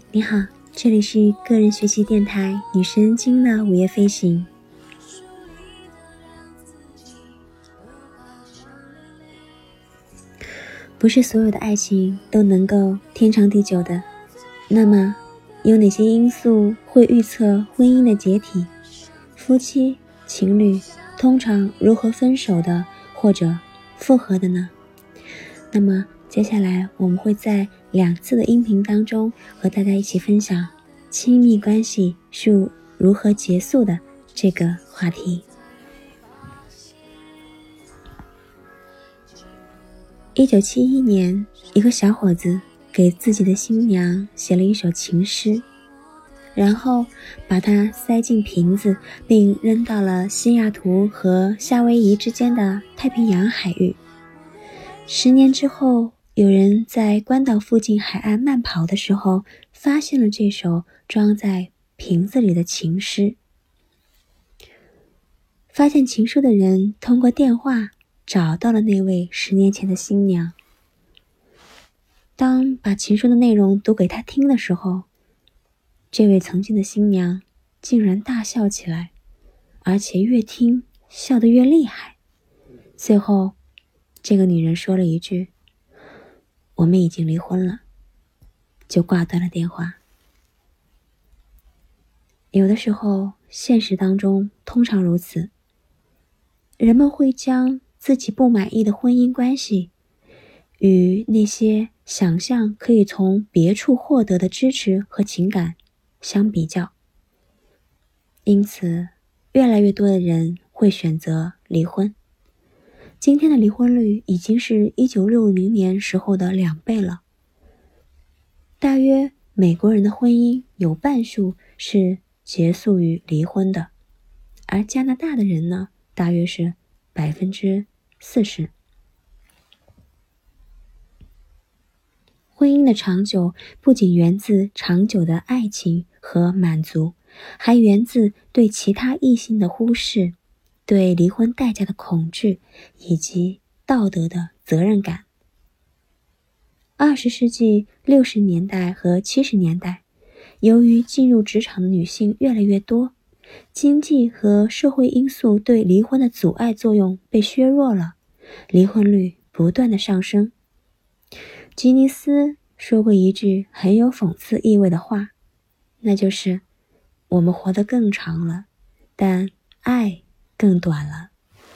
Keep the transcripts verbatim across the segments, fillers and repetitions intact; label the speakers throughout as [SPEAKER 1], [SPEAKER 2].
[SPEAKER 1] 你好，这里是个人学习电台女神经的午夜飞行。不是所有的爱情都能够天长地久的，那么有哪些因素会预测婚姻的解体？夫妻、情侣通常如何分手的或者复合的呢？那么接下来我们会在两次的音频当中和大家一起分享亲密关系是如何结束的这个话题。一九七一年，一个小伙子给自己的新娘写了一首情诗，然后把它塞进瓶子，并扔到了西雅图和夏威夷之间的太平洋海域。十年之后，有人在关岛附近海岸慢跑的时候，发现了这首装在瓶子里的情诗。发现情书的人通过电话找到了那位十年前的新娘。当把情书的内容读给他听的时候，这位曾经的新娘竟然大笑起来，而且越听笑得越厉害。最后，这个女人说了一句：“我们已经离婚了”，就挂断了电话。有的时候，现实当中通常如此，人们会将自己不满意的婚姻关系与那些想象可以从别处获得的支持和情感相比较，因此越来越多的人会选择离婚。今天的离婚率已经是一九六零年时候的两倍了。大约美国人的婚姻有半数是结束于离婚的，而加拿大的人呢，大约是百分之四十。婚姻的长久不仅源自长久的爱情和满足，还源自对其他异性的忽视，对离婚代价的恐惧，以及道德的责任感。二十世纪六十年代和七十年代，由于进入职场的女性越来越多，经济和社会因素对离婚的阻碍作用被削弱了，离婚率不断的上升。吉尼斯说过一句很有讽刺意味的话，那就是我们活得更长了，但爱更短了。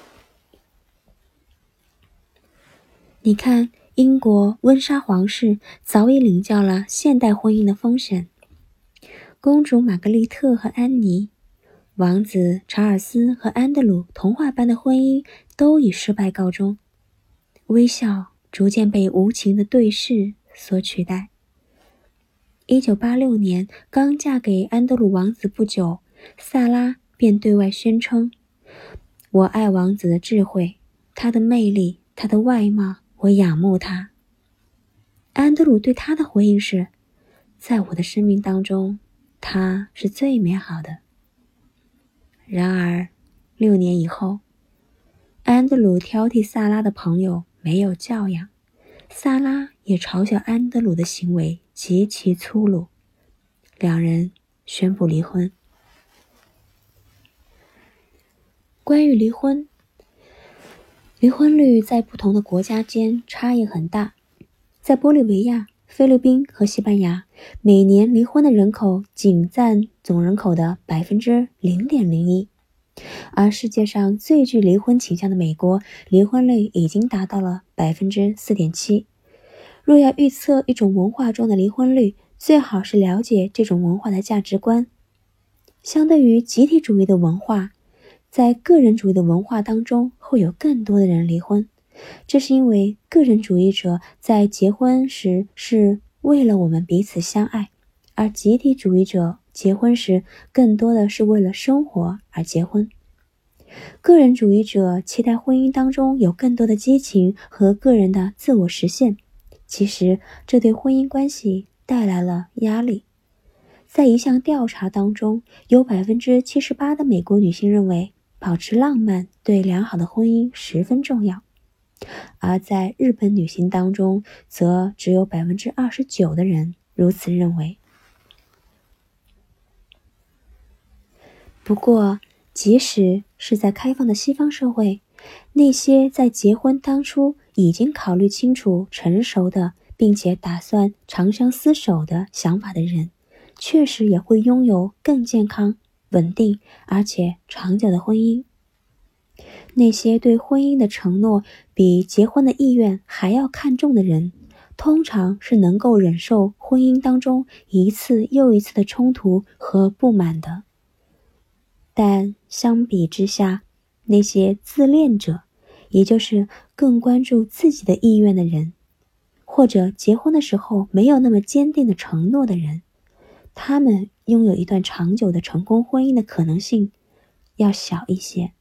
[SPEAKER 1] 你看，英国温莎皇室早已领教了现代婚姻的风险。公主玛格丽特和安妮，王子查尔斯和安德鲁童话般的婚姻都以失败告终，微笑逐渐被无情的对视所取代。一九八六年，刚嫁给安德鲁王子不久，萨拉便对外宣称：“我爱王子的智慧，他的魅力，他的外貌，我仰慕他。”安德鲁对他的回应是：“在我的生命当中，他是最美好的。”然而，六年以后，安德鲁挑剔萨拉的朋友没有教养，萨拉也嘲笑安德鲁的行为极其粗鲁，两人宣布离婚。关于离婚，离婚率在不同的国家间差异很大。在玻利维亚、菲律宾和西班牙，每年离婚的人口仅占总人口的 百分之零点零一， 而世界上最具离婚倾向的美国，离婚率已经达到了 百分之四点七。若要预测一种文化中的离婚率，最好是了解这种文化的价值观。相对于集体主义的文化，在个人主义的文化当中会有更多的人离婚，这是因为个人主义者在结婚时是为了我们彼此相爱，而集体主义者结婚时更多的是为了生活而结婚。个人主义者期待婚姻当中有更多的激情和个人的自我实现，其实这对婚姻关系带来了压力。在一项调查当中，有 百分之七十八 的美国女性认为保持浪漫对良好的婚姻十分重要，而在日本女性当中，则只有 百分之二十九 的人如此认为。 不过，即使是在开放的西方社会，那些在结婚当初已经考虑清楚、成熟的，并且打算长相厮守的想法的人，确实也会拥有更健康、稳定而且长久的婚姻。那些对婚姻的承诺比结婚的意愿还要看重的人，通常是能够忍受婚姻当中一次又一次的冲突和不满的。但相比之下，那些自恋者，也就是更关注自己的意愿的人，或者结婚的时候没有那么坚定的承诺的人，他们拥有一段长久的成功婚姻的可能性要小一些。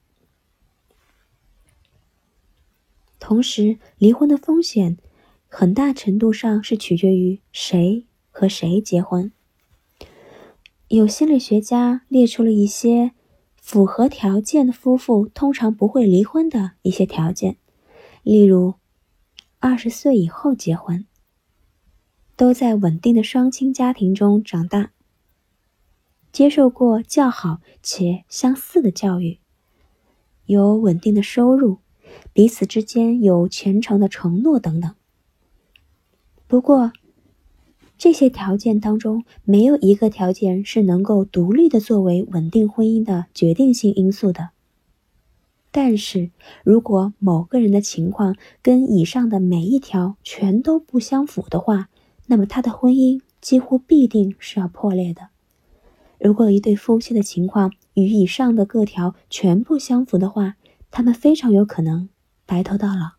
[SPEAKER 1] 同时，离婚的风险很大程度上是取决于谁和谁结婚。有心理学家列出了一些符合条件的夫妇通常不会离婚的一些条件，例如二十岁以后结婚，都在稳定的双亲家庭中长大，接受过较好且相似的教育，有稳定的收入，彼此之间有虔诚的承诺等等。不过，这些条件当中没有一个条件是能够独立的作为稳定婚姻的决定性因素的。但是，如果某个人的情况跟以上的每一条全都不相符的话，那么他的婚姻几乎必定是要破裂的。如果一对夫妻的情况与以上的各条全部相符的话，他们非常有可能白头到老。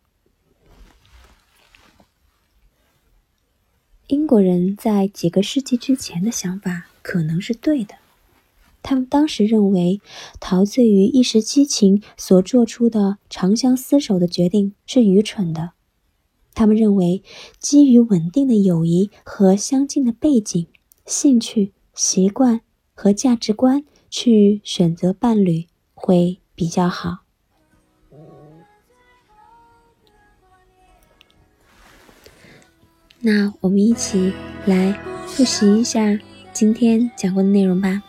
[SPEAKER 1] 英国人在几个世纪之前的想法可能是对的，他们当时认为陶醉于一时激情所做出的长相厮守的决定是愚蠢的。他们认为基于稳定的友谊和相近的背景、兴趣、习惯和价值观去选择伴侣会比较好。那我们一起来复习一下今天讲过的内容吧。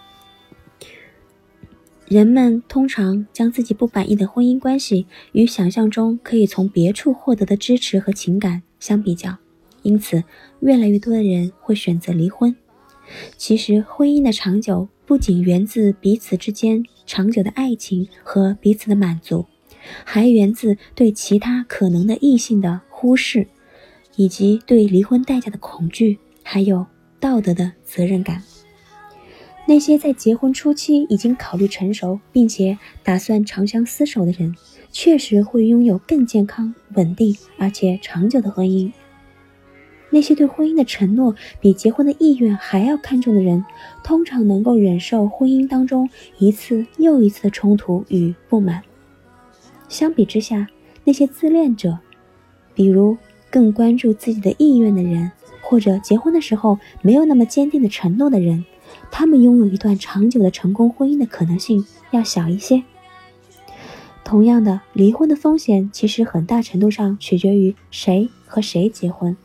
[SPEAKER 1] 人们通常将自己不满意的婚姻关系与想象中可以从别处获得的支持和情感相比较，因此越来越多的人会选择离婚。其实婚姻的长久不仅源自彼此之间长久的爱情和彼此的满足，还源自对其他可能的异性的忽视，以及对离婚代价的恐惧，还有道德的责任感。那些在结婚初期已经考虑成熟，并且打算长相厮守的人，确实会拥有更健康、稳定而且长久的婚姻。那些对婚姻的承诺比结婚的意愿还要看重的人，通常能够忍受婚姻当中一次又一次的冲突与不满。相比之下，那些自恋者，比如更关注自己的意愿的人，或者结婚的时候没有那么坚定的承诺的人，他们拥有一段长久的成功婚姻的可能性要小一些。同样的，离婚的风险其实很大程度上取决于谁和谁结婚。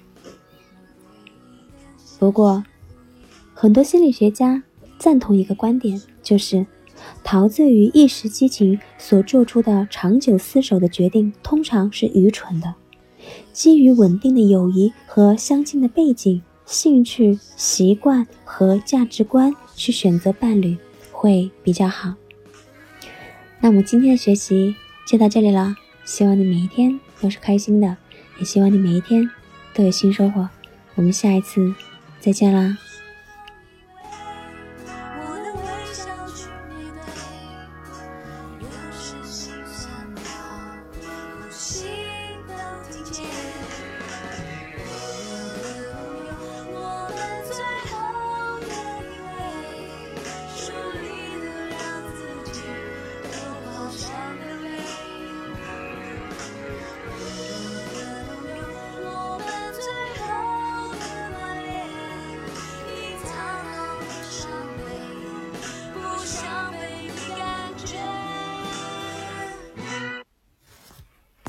[SPEAKER 1] 不过，很多心理学家赞同一个观点，就是陶醉于一时激情所做出的长久厮守的决定通常是愚蠢的。基于稳定的友谊和相近的背景、兴趣、习惯和价值观去选择伴侣会比较好。那么今天的学习就到这里了，希望你每一天都是开心的，也希望你每一天都有新收获。我们下一次再见啦。